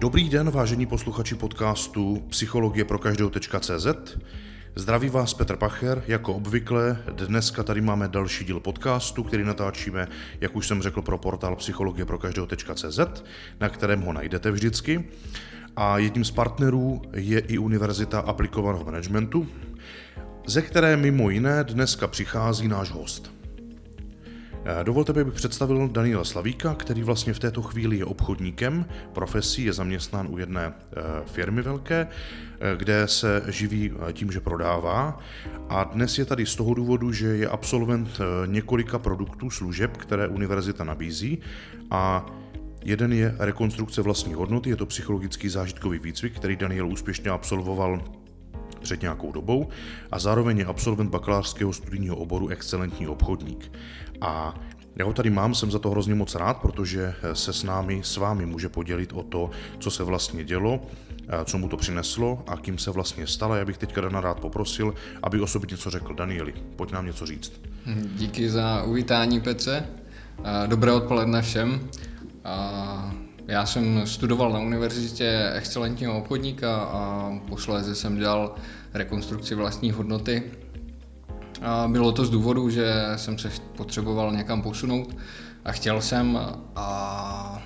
Dobrý den, vážení posluchači podcastu Psychologie pro každého.cz. Zdraví vás Petr Pacher, jako obvykle. Dneska tady máme další díl podcastu, který natáčíme, jak už jsem řekl, pro portál Psychologie pro každého.cz, na kterém ho najdete vždycky. A jedním z partnerů je i Univerzita aplikovaného managementu, ze které mimo jiné dneska přichází náš host. Dovolte, abych představil Daniela Slavíka, který vlastně v této chvíli je obchodníkem, profesí je zaměstnán u jedné firmy velké, kde se živí tím, že prodává. A dnes je tady z toho důvodu, že je absolvent několika produktů, služeb, které univerzita nabízí. A jeden je rekonstrukce vlastní hodnoty, je to psychologický zážitkový výcvik, který Daniel úspěšně absolvoval před nějakou dobou a zároveň je absolvent bakalářského studijního oboru excelentní obchodník. A já ho tady mám, jsem za to hrozně moc rád, protože se s vámi může podělit o to, co se vlastně dělo, co mu to přineslo a kým se vlastně stala. Já bych teďka Dana rád poprosil, aby o sobě něco řekl. Danieli, pojď nám něco říct. Díky za uvítání, Petře. Dobré odpoledne všem. Já jsem studoval na univerzitě excelentního obchodníka a posléze jsem dělal rekonstrukci vlastní hodnoty. A bylo to z důvodu, že jsem se potřeboval někam posunout a chtěl jsem A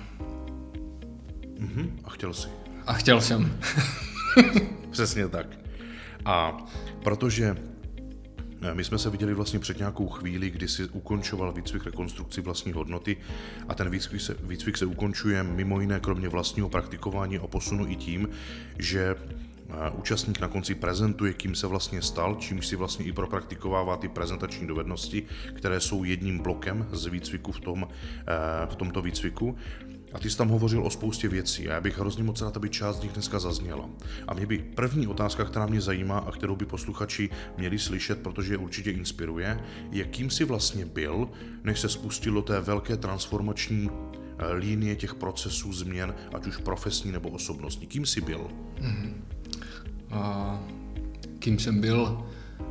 chtěl jsem. Přesně tak. A protože my jsme se viděli vlastně před nějakou chvíli, kdy si ukončoval výcvik rekonstrukci vlastní hodnoty a ten výcvik se ukončuje mimo jiné kromě vlastního praktikování a posunu i tím, že účastník na konci prezentuje, kým se vlastně stal, čímž si vlastně i propraktikovává ty prezentační dovednosti, které jsou jedním blokem z výcviku v tomto výcviku. A ty jsi tam hovořil o spoustě věcí a já bych hrozně moc rád, aby část z nich dneska zazněla. A mě by první otázka, která mě zajímá a kterou by posluchači měli slyšet, protože je určitě inspiruje, je kým jsi vlastně byl, než se spustil do té velké transformační linie těch procesů změn, ať už profesní nebo osobnostní. Kým jsi byl? Kým jsem byl?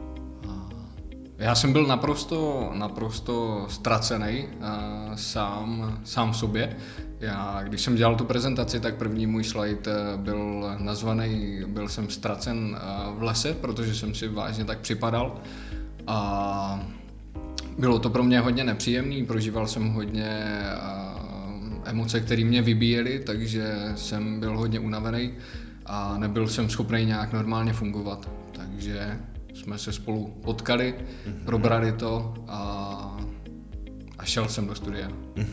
Já jsem byl naprosto ztracený sám v sobě. Když jsem dělal tu prezentaci, tak první můj slide byl nazvaný Byl jsem ztracen v lese, protože jsem si vážně tak připadal. A bylo to pro mě hodně nepříjemný, prožíval jsem hodně emoce, které mě vybíjely, takže jsem byl hodně unavený a nebyl jsem schopný nějak normálně fungovat. Takže jsme se spolu potkali, probrali to a šel jsem do studia.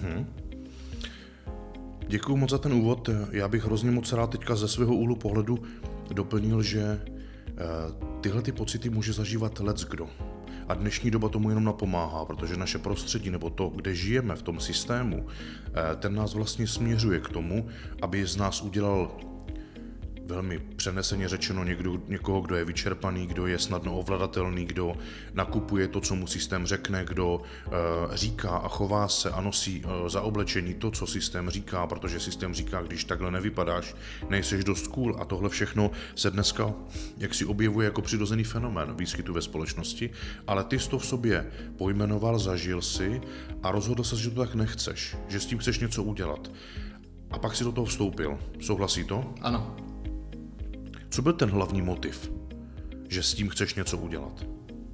Děkuju moc za ten úvod. Já bych hrozně moc rád teďka ze svého úhlu pohledu doplnil, že tyhle ty pocity může zažívat leckdo. A dnešní doba tomu jenom napomáhá, protože naše prostředí nebo to, kde žijeme v tom systému, ten nás vlastně směřuje k tomu, aby z nás udělal velmi přeneseně řečeno někoho, kdo je vyčerpaný, kdo je snadno ovladatelný, kdo nakupuje to, co mu systém řekne, kdo říká a chová se a nosí za oblečení to, co systém říká, protože systém říká, když takhle nevypadáš, nejseš dost cool a tohle všechno se dneska jak si objevuje jako přirozený fenomén výskytu ve společnosti, ale ty jsi to v sobě pojmenoval, zažil si a rozhodl se, že to tak nechceš, že s tím chceš něco udělat. A pak si do toho vstoupil. Souhlasí to? Ano. Co byl ten hlavní motiv, že s tím chceš něco udělat?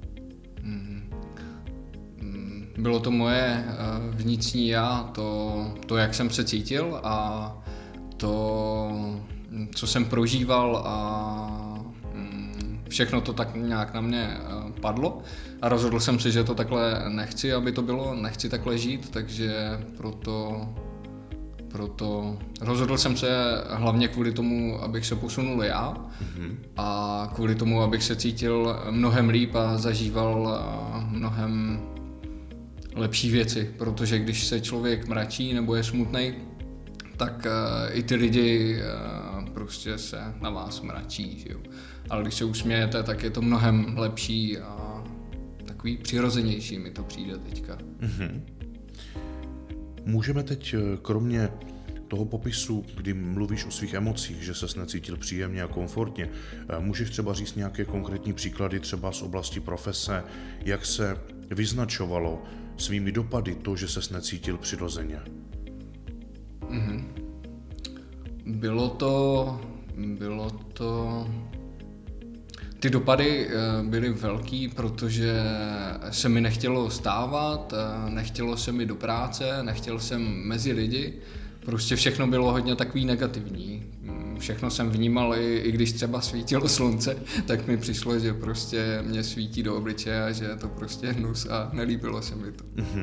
Bylo to moje vnitřní já, to, jak jsem se cítil a to, co jsem prožíval a všechno to tak nějak na mě padlo a rozhodl jsem se, že to takhle nechci, aby to bylo, nechci takhle žít, takže proto rozhodl jsem se hlavně kvůli tomu, abych se posunul já a kvůli tomu, abych se cítil mnohem líp a zažíval mnohem lepší věci, protože když se člověk mračí nebo je smutnej, tak i ty lidi prostě se na vás mračí, že jo? Ale když se usmějete, tak je to mnohem lepší a takový přirozenější mi to přijde teďka. Můžeme teď, kromě toho popisu, kdy mluvíš o svých emocích, že ses necítil příjemně a komfortně, můžeš třeba říct nějaké konkrétní příklady třeba z oblasti profese, jak se vyznačovalo svými dopady to, že ses necítil přirozeně? Bylo to... Ty dopady byly velký, protože se mi nechtělo stávat, nechtělo se mi do práce, nechtěl jsem mezi lidi. Prostě všechno bylo hodně takový negativní. Všechno jsem vnímal, i když třeba svítilo slunce, tak mi přišlo, že prostě mě svítí do obličeje a že je to prostě hnus a nelíbilo se mi to.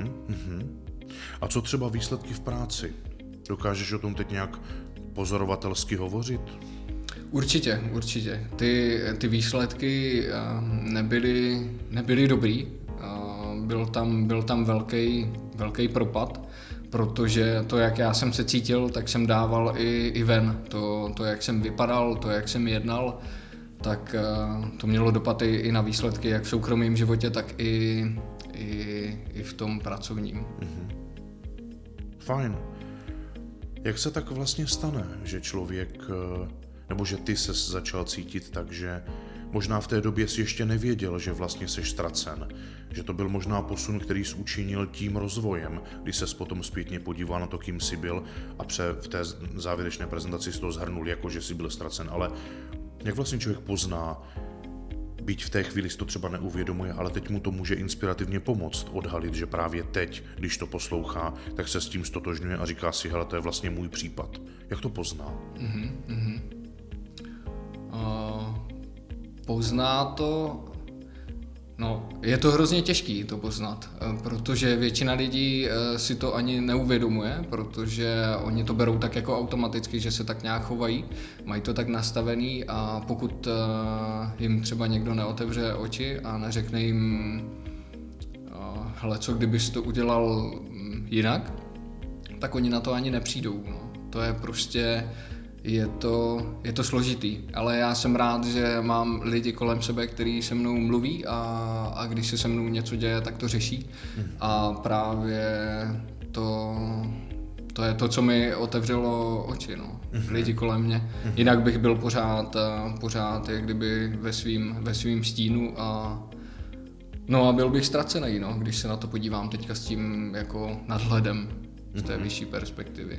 A co třeba výsledky v práci? Dokážeš o tom teď nějak pozorovatelsky hovořit? Určitě. Ty výsledky nebyly dobrý. Byl tam velký propad, protože to, jak já jsem se cítil, tak jsem dával i ven. To, jak jsem vypadal, to, jak jsem jednal, tak to mělo dopad i na výsledky, jak v soukromém životě, tak i v tom pracovním. Fajn. Jak se tak vlastně stane, že člověk, nebo že ty ses začal cítit tak, že možná v té době si ještě nevěděl, že vlastně seš ztracen, že to byl možná posun, který jsi učinil tím rozvojem, když ses potom zpětně podíval na to, kým jsi byl a v té závěrečné prezentaci si to zhrnul, jako že jsi byl ztracen, ale jak vlastně člověk pozná, byť v té chvíli si to třeba neuvědomuje, ale teď mu to může inspirativně pomoct, odhalit, že právě teď, když to poslouchá, tak se s tím stotožňuje a říká si, hele, to je vlastně můj případ. Jak to pozná? Pozná to, je to hrozně těžký to poznat, protože většina lidí si to ani neuvědomuje, protože oni to berou tak jako automaticky, že se tak nějak chovají, mají to tak nastavený a pokud jim třeba někdo neotevře oči a neřekne jim, hele, co kdybys to udělal jinak, tak oni na to ani nepřijdou. To je prostě... Je to složitý, ale já jsem rád, že mám lidi kolem sebe, kteří se mnou mluví a když se mnou něco děje, tak to řeší. A právě to je to, co mi otevřelo oči, lidi kolem mě. Jinak bych byl pořád jak kdyby ve svým stínu a byl bych ztracený, když se na to podívám teďka s tím jako nadhledem z té vyšší perspektivy.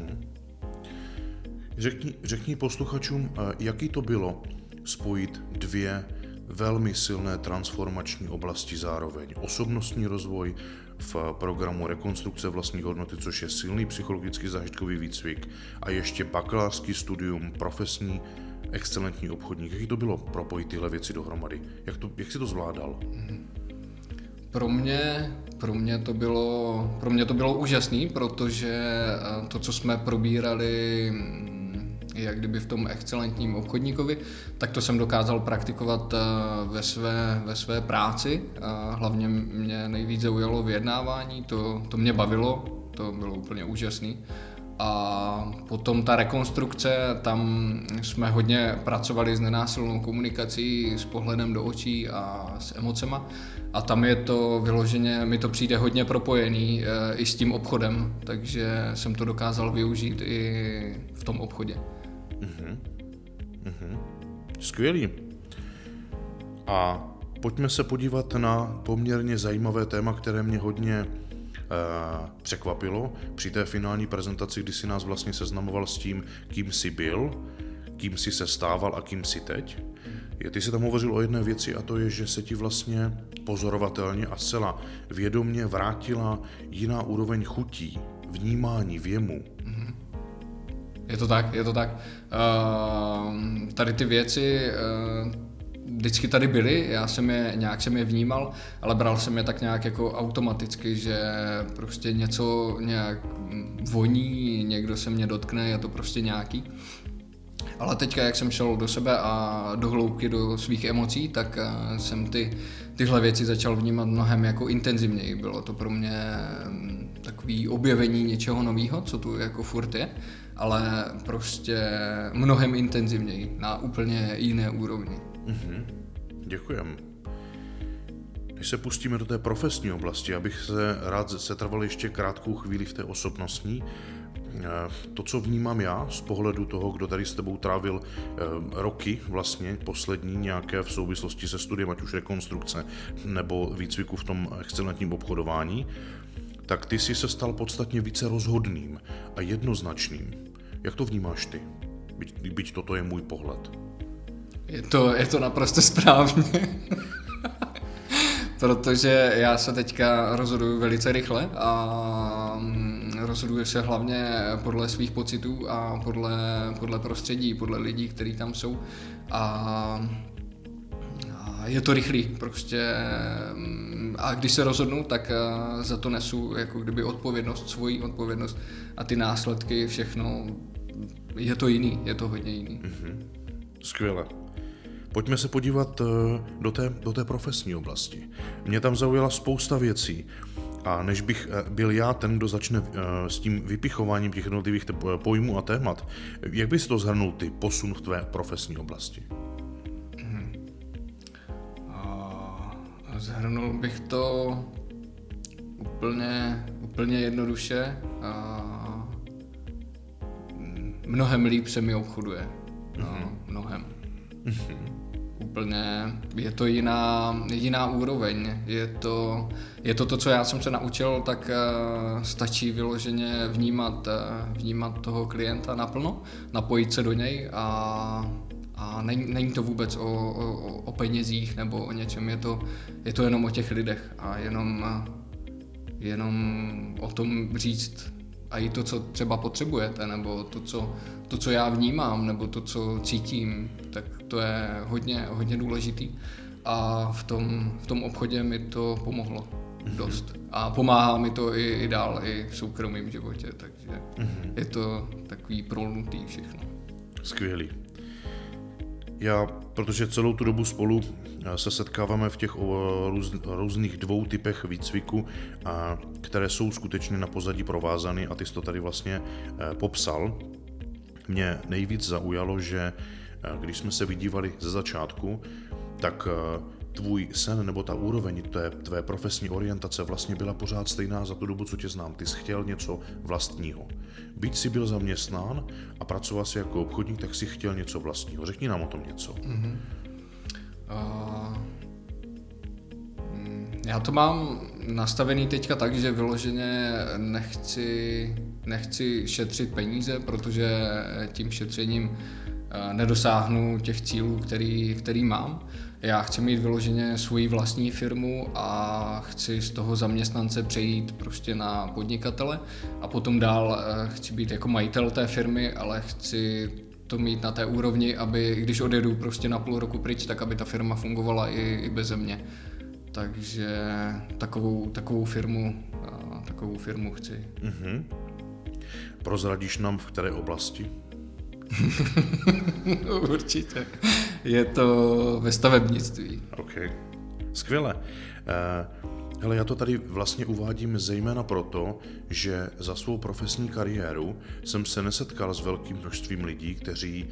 Řekni posluchačům, jaký to bylo spojit dvě velmi silné transformační oblasti zároveň. Osobnostní rozvoj v programu rekonstrukce vlastní hodnoty, což je silný psychologický zážitkový výcvik a ještě bakalářský studium, profesní, excelentní obchodník. Jaký to bylo propojit tyhle věci dohromady? Jak jsi to zvládal? Pro mě to bylo úžasný, protože to, co jsme probírali jak kdyby v tom excelentním obchodníkovi, tak to jsem dokázal praktikovat ve své práci. Hlavně mě nejvíc zaujalo vyjednávání, to mě bavilo, to bylo úplně úžasný. A potom ta rekonstrukce, tam jsme hodně pracovali s nenásilnou komunikací, s pohledem do očí a s emocema. A tam je to vyloženě, mi to přijde hodně propojený i s tím obchodem, takže jsem to dokázal využít i v tom obchodě. Skvělý. A pojďme se podívat na poměrně zajímavé téma, které mě hodně překvapilo při té finální prezentaci, kdy si nás vlastně seznamoval s tím, kým jsi byl, kým jsi se stával a kým jsi teď. Ty jsi tam hovořil o jedné věci a to je, že se ti vlastně pozorovatelně a zcela vědomně vrátila jiná úroveň chutí, vnímání, věmu. Je to tak. Tady ty věci vždycky tady byly, nějak jsem je vnímal, ale bral jsem je tak nějak jako automaticky, že prostě něco nějak voní, někdo se mě dotkne, je to prostě nějaký. Ale teďka, jak jsem šel do sebe a do hloubky do svých emocí, tak jsem tyhle věci začal vnímat mnohem jako intenzivněji. Bylo to pro mě takový objevení něčeho nového, co tu jako furt je, ale prostě mnohem intenzivněji, na úplně jiné úrovni. Děkujem. Když se pustíme do té profesní oblasti, abych se rád setrval ještě krátkou chvíli v té osobnostní, to, co vnímám já z pohledu toho, kdo tady s tebou trávil roky vlastně, poslední nějaké v souvislosti se studiem, ať už rekonstrukce nebo výcviku v tom excelentním obchodování, tak ty jsi se stal podstatně více rozhodným a jednoznačným. Jak to vnímáš ty? Byť toto je můj pohled. Je to naprosto správně. Protože já se teďka rozhoduju velice rychle a rozhoduju se hlavně podle svých pocitů a podle prostředí, podle lidí, kteří tam jsou. A je to rychlý prostě. A když se rozhodnu, tak za to nesu jako kdyby odpovědnost, svoji odpovědnost a ty následky, všechno, je to jiný, je to hodně jiný. Skvěle. Pojďme se podívat do té profesní oblasti. Mě tam zaujala spousta věcí a než bych byl já ten, kdo začne s tím vypichováním těch jednotlivých pojmů a témat, jak bys to shrnul ty posun v tvé profesní oblasti? Shrnul bych to úplně jednoduše. Mnohem líp se mi obchoduje. Mnohem. Úplně je to jiná úroveň. Je to, co já jsem se naučil, tak stačí vyloženě vnímat toho klienta naplno, napojit se do něj a není to vůbec o penězích nebo o něčem, je to jenom o těch lidech a jenom o tom říct a i to, co třeba potřebujete, nebo to, co já vnímám, nebo to, co cítím, tak to je hodně důležitý a v tom obchodě mi to pomohlo dost a pomáhá mi to i dál, i v soukromém životě, takže je to takový prolnutý všechno. Skvělý. Protože celou tu dobu spolu se setkáváme v těch různých dvou typech výcviku, které jsou skutečně na pozadí provázány a ty jsi to tady vlastně popsal. Mě nejvíc zaujalo, že když jsme se vydívali ze začátku, tak tvůj sen nebo ta úroveň tvé profesní orientace vlastně byla pořád stejná za tu dobu, co tě znám. Ty jsi chtěl něco vlastního. Byť jsi byl zaměstnán a pracoval jsi jako obchodník, tak jsi chtěl něco vlastního. Řekni nám o tom něco. Já to mám nastavený teďka tak, že vyloženě nechci šetřit peníze, protože tím šetřením nedosáhnu těch cílů, který mám. Já chci mít vyloženě svoji vlastní firmu a chci z toho zaměstnance přejít prostě na podnikatele a potom dál chci být jako majitel té firmy, ale chci to mít na té úrovni, aby když odjedu prostě na půl roku pryč, tak aby ta firma fungovala i beze mě. Takže takovou firmu chci. Prozradíš nám, v které oblasti? Určitě. Je to ve stavebnictví. OK. Skvěle. Hele, já to tady vlastně uvádím zejména proto, že za svou profesní kariéru jsem se nesetkal s velkým množstvím lidí, kteří,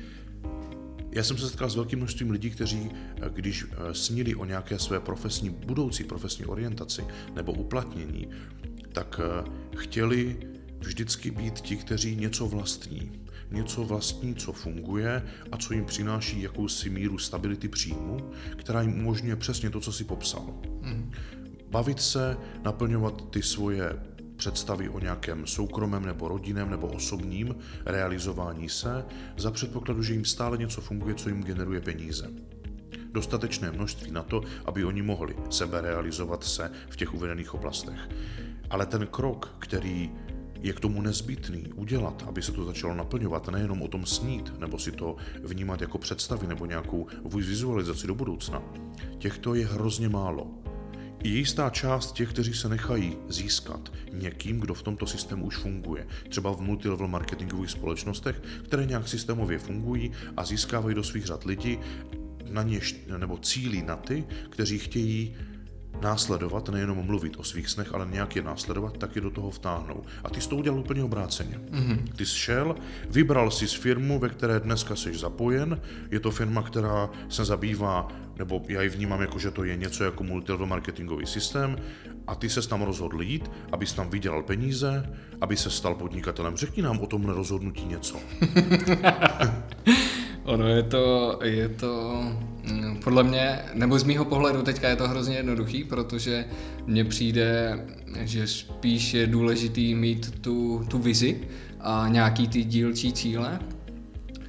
když snili o nějaké své budoucí profesní orientaci nebo uplatnění, tak chtěli vždycky být ti, kteří něco vlastní, co funguje a co jim přináší jakousi míru stability příjmu, která jim umožňuje přesně to, co si popsal. Bavit se, naplňovat ty svoje představy o nějakém soukromém nebo rodinném nebo osobním realizování se za předpokladu, že jim stále něco funguje, co jim generuje peníze. Dostatečné množství na to, aby oni mohli seberealizovat se v těch uvedených oblastech. Ale ten krok, který je k tomu nezbytný udělat, aby se to začalo naplňovat, nejenom o tom snít, nebo si to vnímat jako představy nebo nějakou vizualizaci do budoucna, těchto je hrozně málo. I jistá část těch, kteří se nechají získat někým, kdo v tomto systému už funguje, třeba v multilevel marketingových společnostech, které nějak systémově fungují a získávají do svých řad lidi, na něž, nebo cílí na ty, kteří chtějí následovat, nejenom mluvit o svých snech, ale nějak je následovat, tak je do toho vtáhnou. A ty jsi to udělal úplně obráceně. Ty jsi šel, vybral jsi firmu, ve které dneska jsi zapojen, je to firma, která se zabývá, nebo já ji vnímám jako, že to je něco jako multilevel marketingový systém a ty ses tam rozhodl jít, abys tam vydělal peníze, aby se stal podnikatelem. Řekni nám o tom rozhodnutí něco. Ono je to podle mě, nebo z mýho pohledu teďka je to hrozně jednoduchý, protože mně přijde, že spíš je důležitý mít tu vizi a nějaký ty dílčí cíle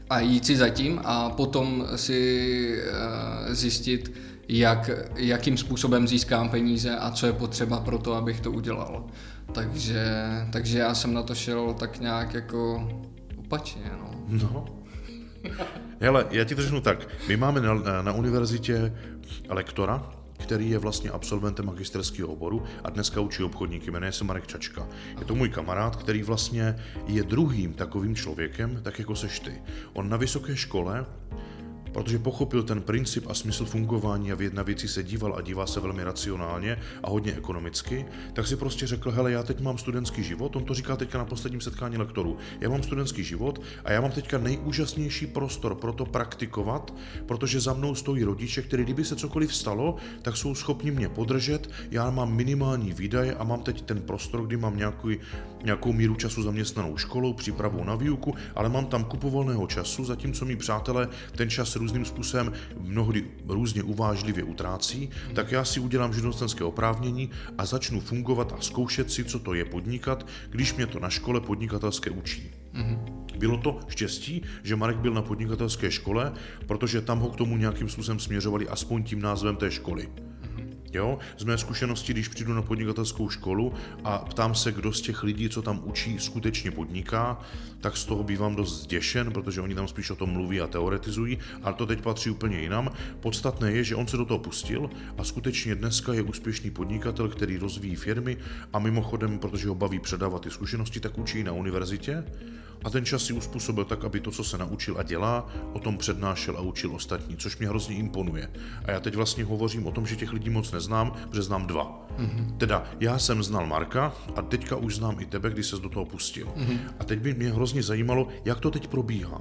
a jít si zatím a potom si zjistit, jakým způsobem získám peníze a co je potřeba pro to, abych to udělal. Takže já jsem na to šel tak nějak jako opačně. No. Hele, já ti to řeknu tak. My máme na univerzitě lektora, který je vlastně absolventem magisterského oboru a dneska učí obchodníky, jmenuje se Marek Čačka. Je to můj kamarád, který vlastně je druhým takovým člověkem, tak jako seš ty. On na vysoké škole, protože pochopil ten princip a smysl fungování a na věci se díval a dívá se velmi racionálně a hodně ekonomicky, tak si prostě řekl, hele, já teď mám studentský život, on to říká teďka na posledním setkání lektorů, já mám studentský život a já mám teďka nejúžasnější prostor pro to praktikovat, protože za mnou stojí rodiče, kteří kdyby se cokoliv stalo, tak jsou schopni mě podržet, já mám minimální výdaje a mám teď ten prostor, kdy mám nějakou míru času zaměstnanou školou, přípravou na výuku, ale mám tam kupu volného času, zatímco mý přátelé ten čas různým způsobem mnohdy různě uvážlivě utrácí, tak já si udělám živnostenské oprávnění a začnu fungovat a zkoušet si, co to je podnikat, když mě to na škole podnikatelské učí. Bylo to štěstí, že Marek byl na podnikatelské škole, protože tam ho k tomu nějakým způsobem směřovali aspoň tím názvem té školy. Jo? Z mé zkušenosti, když přijdu na podnikatelskou školu a ptám se, kdo z těch lidí, co tam učí, skutečně podniká, tak z toho bývám dost zděšen, protože oni tam spíš o tom mluví a teoretizují, ale to teď patří úplně jinam. Podstatné je, že on se do toho pustil a skutečně dneska je úspěšný podnikatel, který rozvíjí firmy a mimochodem, protože ho baví předávat ty zkušenosti, tak učí na univerzitě. A ten čas si uspůsobil tak, aby to, co se naučil a dělá, o tom přednášel a učil ostatní, což mě hrozně imponuje. A já teď vlastně hovořím o tom, že těch lidí moc neznám, protože znám dva. Teda já jsem znal Marka a teďka už znám i tebe, když ses do toho pustil. A teď by mě hrozně zajímalo, jak to teď probíhá.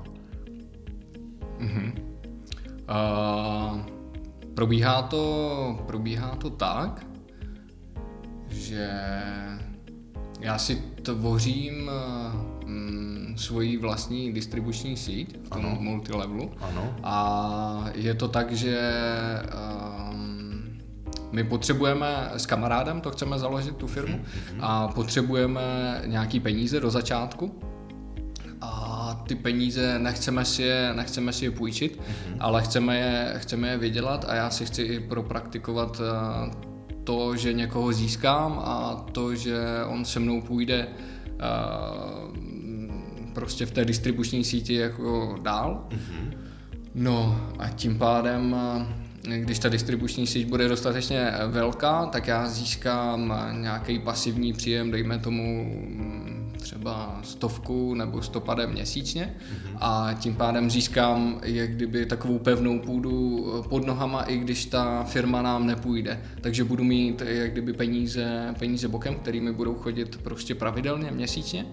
Probíhá to tak, že já si tvořím svoji vlastní distribuční síť v tom multilevelu. Ano. A je to tak, že my potřebujeme s kamarádem, to chceme založit tu firmu, a potřebujeme nějaký peníze do začátku. A ty peníze nechceme si je půjčit, ale chceme je vydělat a já si chci i propraktikovat to, že někoho získám a to, že on se mnou půjde prostě v té distribuční síti jako dál. No a tím pádem, když ta distribuční síť bude dostatečně velká, tak já získám nějaký pasivní příjem, dejme tomu třeba 100 nebo 150 měsíčně a tím pádem získám jak kdyby takovou pevnou půdu pod nohama, i když ta firma nám nepůjde. Takže budu mít jak kdyby peníze bokem, kterými budou chodit prostě pravidelně měsíčně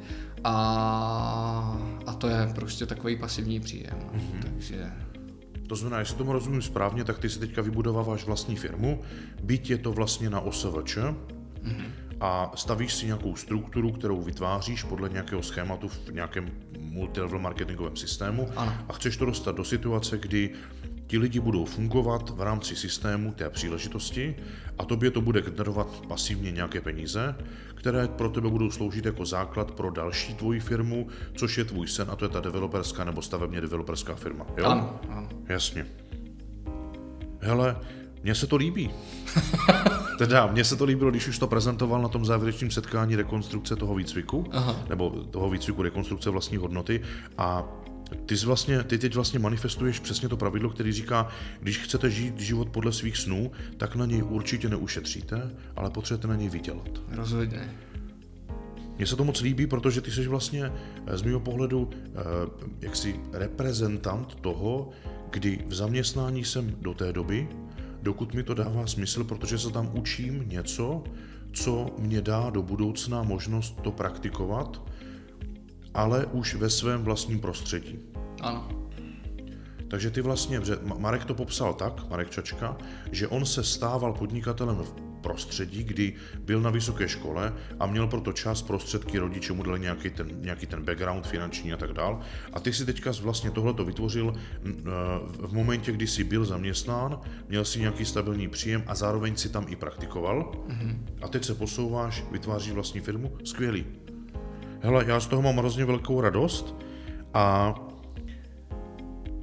a to je prostě takový pasivní příjem. Takže... To znamená, jestli tomu rozumím správně, tak ty si teďka vybudováváš vlastní firmu, byť je to vlastně na OSVČ, a stavíš si nějakou strukturu, kterou vytváříš podle nějakého schématu v nějakém multilevel marketingovém systému. Ano. A chceš to dostat do situace, kdy ti lidi budou fungovat v rámci systému té příležitosti a tobě to bude generovat pasivně nějaké peníze, které pro tebe budou sloužit jako základ pro další tvoji firmu, což je tvůj sen, a to je ta developerská nebo stavebně developerská firma. Jo? Ano. Jasně. Hele, mně se to líbí. Teda, mně se to líbilo, když už to prezentoval na tom závěrečném setkání rekonstrukce toho výcviku, nebo toho výcviku rekonstrukce vlastní hodnoty, a ty teď vlastně manifestuješ přesně to pravidlo, který říká, když chcete žít život podle svých snů, tak na něj určitě neušetříte, ale potřebujete na něj vydělat. Rozhodně. Mně se to moc líbí, protože ty jsi vlastně z mého pohledu jaksi reprezentant toho, kdy v zaměstnání jsem do té doby, dokud mi to dává smysl, protože se tam učím něco, co mě dá do budoucna možnost to praktikovat, ale už ve svém vlastním prostředí. Ano. Takže ty vlastně, Marek to popsal tak, Marek Čačka, že on se stával podnikatelem v prostředí, kdy byl na vysoké škole a měl proto čas, prostředky, rodiče mu dali nějaký ten background finanční a tak dál. A ty si teďka vlastně tohleto vytvořil v momentě, kdy jsi byl zaměstnán, měl si nějaký stabilní příjem a zároveň si tam i praktikoval. A teď se posouváš, vytváříš vlastní firmu, skvělý. Hele, já z toho mám hrozně velkou radost a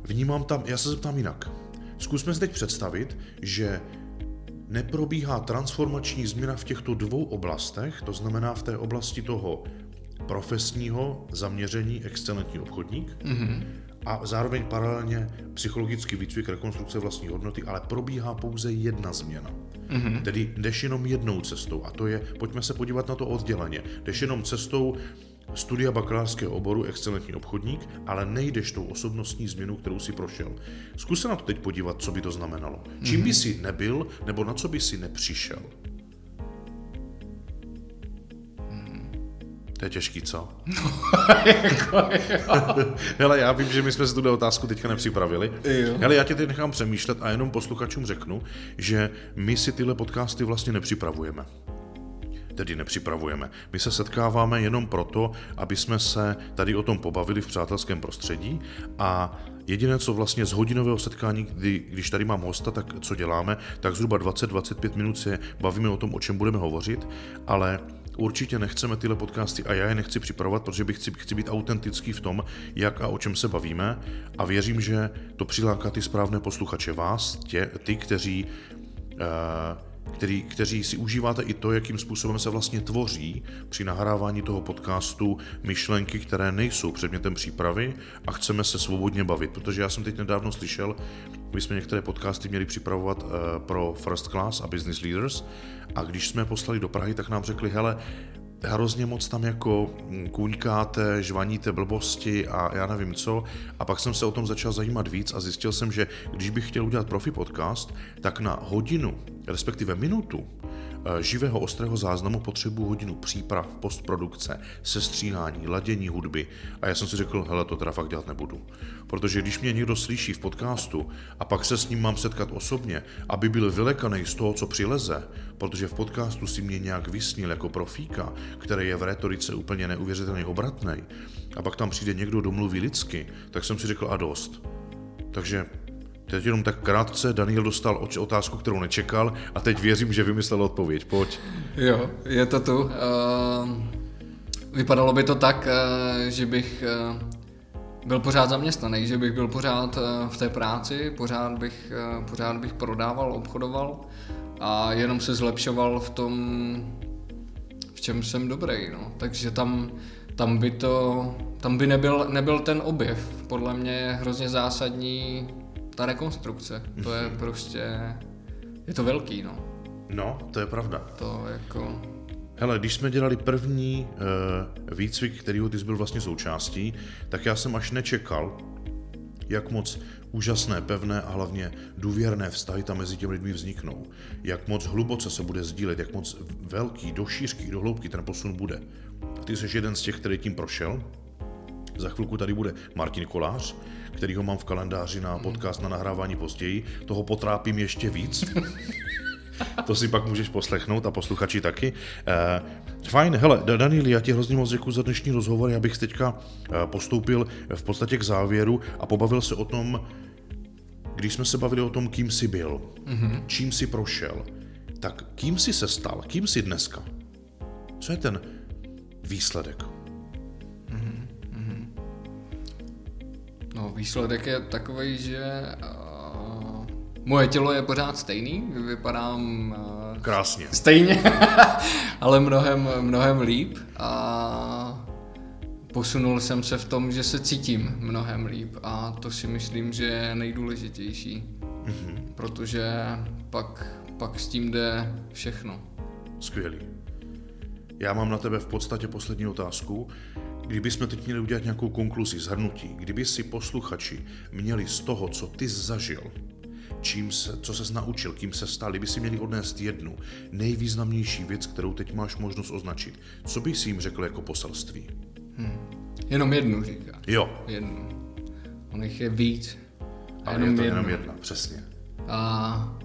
vnímám tam, já se zeptám jinak. Zkusme si teď představit, že neprobíhá transformační změna v těchto dvou oblastech, to znamená v té oblasti toho profesního zaměření excelentní obchodník a zároveň paralelně psychologický výcvik rekonstrukce vlastní hodnoty, ale probíhá pouze jedna změna. Tedy jdeš jenom jednou cestou a to je, pojďme se podívat na to odděleně, jdeš jenom cestou studia bakalářského oboru excelentní obchodník, ale nejdeš tou osobnostní změnu, kterou si prošel. Zkus se na to teď podívat, co by to znamenalo. Čím by si nebyl, nebo na co by si nepřišel? To je těžký, co? No, Hele, já vím, že my jsme si tuhle otázku teďka nepřipravili. Hele, já tě teď nechám přemýšlet a jenom posluchačům řeknu, že my si tyhle podcasty vlastně nepřipravujeme. Tedy nepřipravujeme. My se setkáváme jenom proto, aby jsme se tady o tom pobavili v přátelském prostředí a jediné, co vlastně z hodinového setkání, když tady mám hosta, tak co děláme, tak zhruba 20-25 minut se bavíme o tom, o čem budeme hovořit, ale určitě nechceme tyhle podcasty a já je nechci připravovat, protože chci být autentický v tom, jak a o čem se bavíme a věřím, že to přiláká ty správné posluchače vás, ty, kteří si užíváte i to, jakým způsobem se vlastně tvoří při nahrávání toho podcastu myšlenky, které nejsou předmětem přípravy a chceme se svobodně bavit, protože já jsem teď nedávno slyšel, my jsme některé podcasty měli připravovat pro First Class a Business Leaders a když jsme je poslali do Prahy, tak nám řekli, hele, hrozně moc tam jako kůňkáte, žvaníte blbosti a já nevím co. A pak jsem se o tom začal zajímat víc a zjistil jsem, že když bych chtěl udělat profi podcast, tak na hodinu, respektive minutu živého ostrého záznamu potřebuji hodinu příprav, postprodukce, sestříhání, ladění hudby. A já jsem si řekl, hele, to teda fakt dělat nebudu. Protože když mě někdo slyší v podcastu a pak se s ním mám setkat osobně, aby byl vylekaný z toho, co přileze, protože v podcastu si mě nějak vysnil jako profíka, který je v rétorice úplně neuvěřitelně obratnej, a pak tam přijde někdo, domluví lidsky, tak jsem si řekl a dost. Takže teď jenom tak krátce, Daniel dostal otázku, kterou nečekal a teď věřím, že vymyslel odpověď. Pojď. Jo, je to tu. Vypadalo by to tak, že bych byl pořád zaměstnaný, že bych byl pořád v té práci, pořád bych prodával, obchodoval a jenom se zlepšoval v tom, v čem jsem dobrý. No. Takže tam by nebyl ten objev. Podle mě je hrozně zásadní ta rekonstrukce. To je prostě, je to velký, no. No, to je pravda. To jako... Hele, když jsme dělali první výcvik, kterýho ty jsi byl vlastně součástí, tak já jsem až nečekal, jak moc úžasné, pevné a hlavně důvěrné vztahy tam mezi těmi lidmi vzniknou. Jak moc hluboce se bude sdílet, jak moc velký, do šířky, do hloubky ten posun bude. A ty jsi jeden z těch, který tím prošel. Za chvilku tady bude Martin Kolář, kterýho mám v kalendáři na podcast na nahrávání později. Toho potrápím ještě víc. To si pak můžeš poslechnout a posluchači taky. Fajn, hele, Danieli, já ti hrozně moc děkuji za dnešní rozhovor, já bych teďka postoupil v podstatě k závěru a pobavil se o tom, když jsme se bavili o tom, kým jsi byl, čím jsi prošel, tak kým jsi se stal, kým jsi dneska? Co je ten výsledek? No, výsledek je takovej, že moje tělo je pořád stejný, vypadám krásně. Stejně, ale mnohem líp a posunul jsem se v tom, že se cítím mnohem líp a to si myslím, že je nejdůležitější, protože pak s tím jde všechno. Skvělý. Já mám na tebe v podstatě poslední otázku. Kdybychom teď měli udělat nějakou konkluzi, shrnutí, kdyby si posluchači měli z toho, co ty zažil, co ses naučil, kým se stal, kdyby si měli odnést jednu nejvýznamnější věc, kterou teď máš možnost označit, co bych si jim řekl jako poselství? Jenom jednu říká. Jo. Jednu. On jich je víc. Ale je to jenom jedna, přesně. A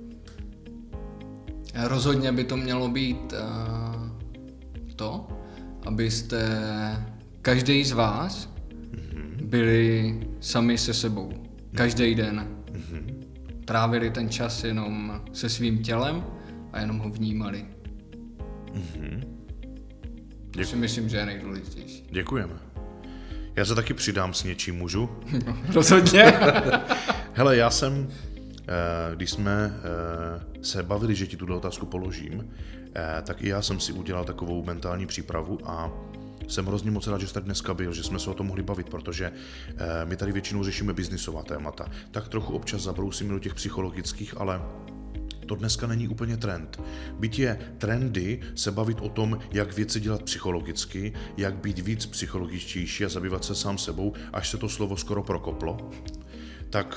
rozhodně by to mělo být to, abyste každý z vás byli sami se sebou. Každý den. Trávili ten čas jenom se svým tělem a jenom ho vnímali. To si myslím, že je nejdůležitější. Děkujeme. Já se taky přidám s něčím, můžu? Rozhodně. Hele, já jsem, když jsme se bavili, že ti tuto otázku položím, tak i já jsem si udělal takovou mentální přípravu a jsem hrozně moc rád, že jste dneska byl, že jsme se o tom mohli bavit, protože my tady většinou řešíme biznisová témata. Tak trochu občas zabrousíme do těch psychologických, ale to dneska není úplně trend. Byť je trendy se bavit o tom, jak věci dělat psychologicky, jak být víc psychologičtější a zabývat se sám sebou, až se to slovo skoro prokoplo, tak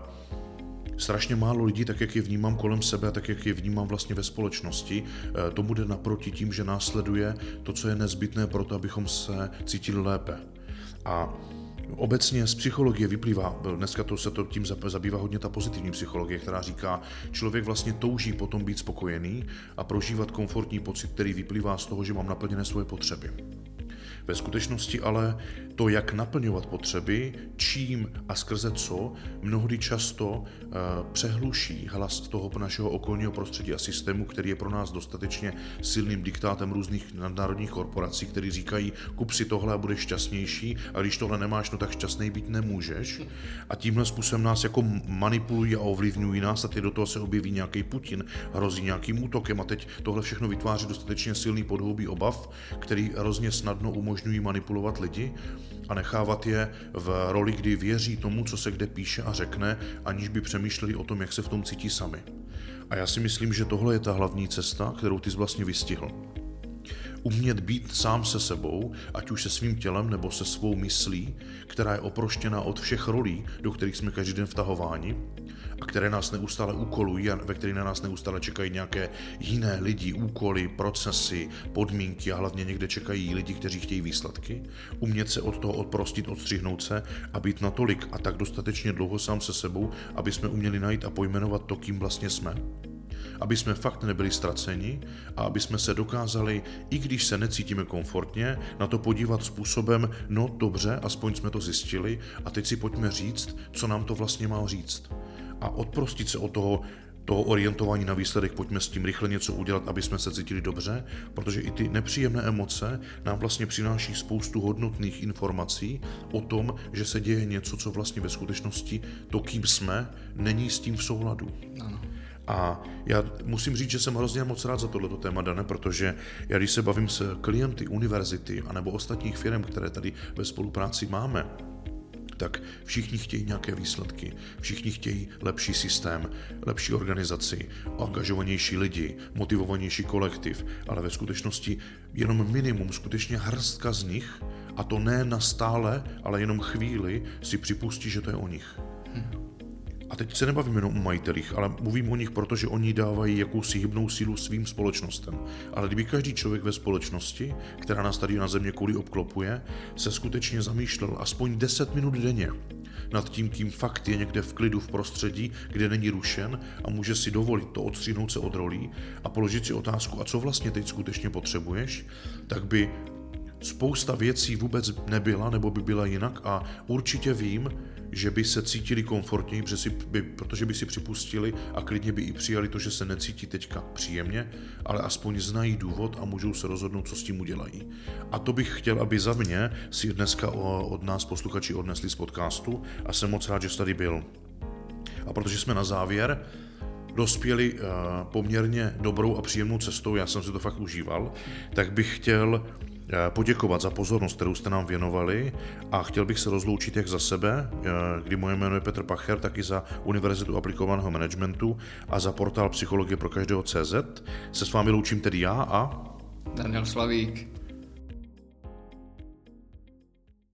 strašně málo lidí, tak jak je vnímám kolem sebe a tak jak je vnímám vlastně ve společnosti, tomu jde naproti tím, že následuje to, co je nezbytné pro to, abychom se cítili lépe. A obecně z psychologie vyplývá, dneska se to tím zabývá hodně ta pozitivní psychologie, která říká, člověk vlastně touží potom být spokojený a prožívat komfortní pocit, který vyplývá z toho, že mám naplněné svoje potřeby. Ve skutečnosti ale to, jak naplňovat potřeby, čím a skrze co, mnohdy často přehluší hlas toho našeho okolního prostředí a systému, který je pro nás dostatečně silným diktátem různých nadnárodních korporací, který říkají, kup si tohle a budeš šťastnější, a když tohle nemáš, no tak šťastný být nemůžeš. A tímhle způsobem nás jako manipulují a ovlivňují nás a teď do toho se objeví nějaký Putin, hrozí nějakým útokem a teď tohle všechno vytváří dostatečně silný podhoubí obav, který hrozně snadno umožňují manipulovat lidi a nechávat je v roli, kdy věří tomu, co se kde píše a řekne, aniž by přemýšleli o tom, jak se v tom cítí sami. A já si myslím, že tohle je ta hlavní cesta, kterou ty jsi vlastně vystihl. Umět být sám se sebou, ať už se svým tělem nebo se svou myslí, která je oproštěná od všech rolí, do kterých jsme každý den vtahováni a které nás neustále úkolují a ve kterých na nás neustále čekají nějaké jiné lidi, úkoly, procesy, podmínky a hlavně někde čekají lidi, kteří chtějí výsledky. Umět se od toho odprostit, odstřihnout se a být natolik a tak dostatečně dlouho sám se sebou, aby jsme uměli najít a pojmenovat to, kým vlastně jsme. Aby jsme fakt nebyli ztraceni a aby jsme se dokázali, i když se necítíme komfortně, na to podívat způsobem, no dobře, aspoň jsme to zjistili a teď si pojďme říct, co nám to vlastně má říct. A odprostit se od toho orientování na výsledek, pojďme s tím rychle něco udělat, aby jsme se cítili dobře, protože i ty nepříjemné emoce nám vlastně přináší spoustu hodnotných informací o tom, že se děje něco, co vlastně ve skutečnosti to, kým jsme, není s tím v souladu. Ano. A já musím říct, že jsem hrozně moc rád za tohleto téma, Dane, protože já když se bavím s klienty univerzity anebo ostatních firm, které tady ve spolupráci máme, tak všichni chtějí nějaké výsledky, všichni chtějí lepší systém, lepší organizaci, angažovanější lidi, motivovanější kolektiv, ale ve skutečnosti jenom minimum, skutečně hrstka z nich, a to ne na stále, ale jenom chvíli, si připustí, že to je o nich. A teď se nebavím jenom o majitelích, ale mluvím o nich, protože oni dávají jakousi hybnou sílu svým společnostem. Ale kdyby každý člověk ve společnosti, která nás tady na země kouli obklopuje, se skutečně zamýšlel aspoň 10 minut denně nad tím, kým fakt je někde v klidu v prostředí, kde není rušen a může si dovolit to odstříhnout se od rolí a položit si otázku, a co vlastně teď skutečně potřebuješ, tak by spousta věcí vůbec nebyla nebo by byla jinak a určitě vím, že by se cítili komfortněji, protože by si připustili a klidně by i přijali to, že se necítí teďka příjemně, ale aspoň znají důvod a můžou se rozhodnout, co s tím udělají. A to bych chtěl, aby za mě si dneska od nás posluchači odnesli z podcastu a jsem moc rád, že jsi tady byl. A protože jsme na závěr dospěli poměrně dobrou a příjemnou cestou, já jsem si to fakt užíval, tak bych chtěl poděkovat za pozornost, kterou jste nám věnovali a chtěl bych se rozloučit jak za sebe, kdy moje jméno je Petr Pacher, tak i za Univerzitu aplikovaného managementu a za portál Psychologie pro každého CZ. Se s vámi loučím tedy já a Daniel Slavík.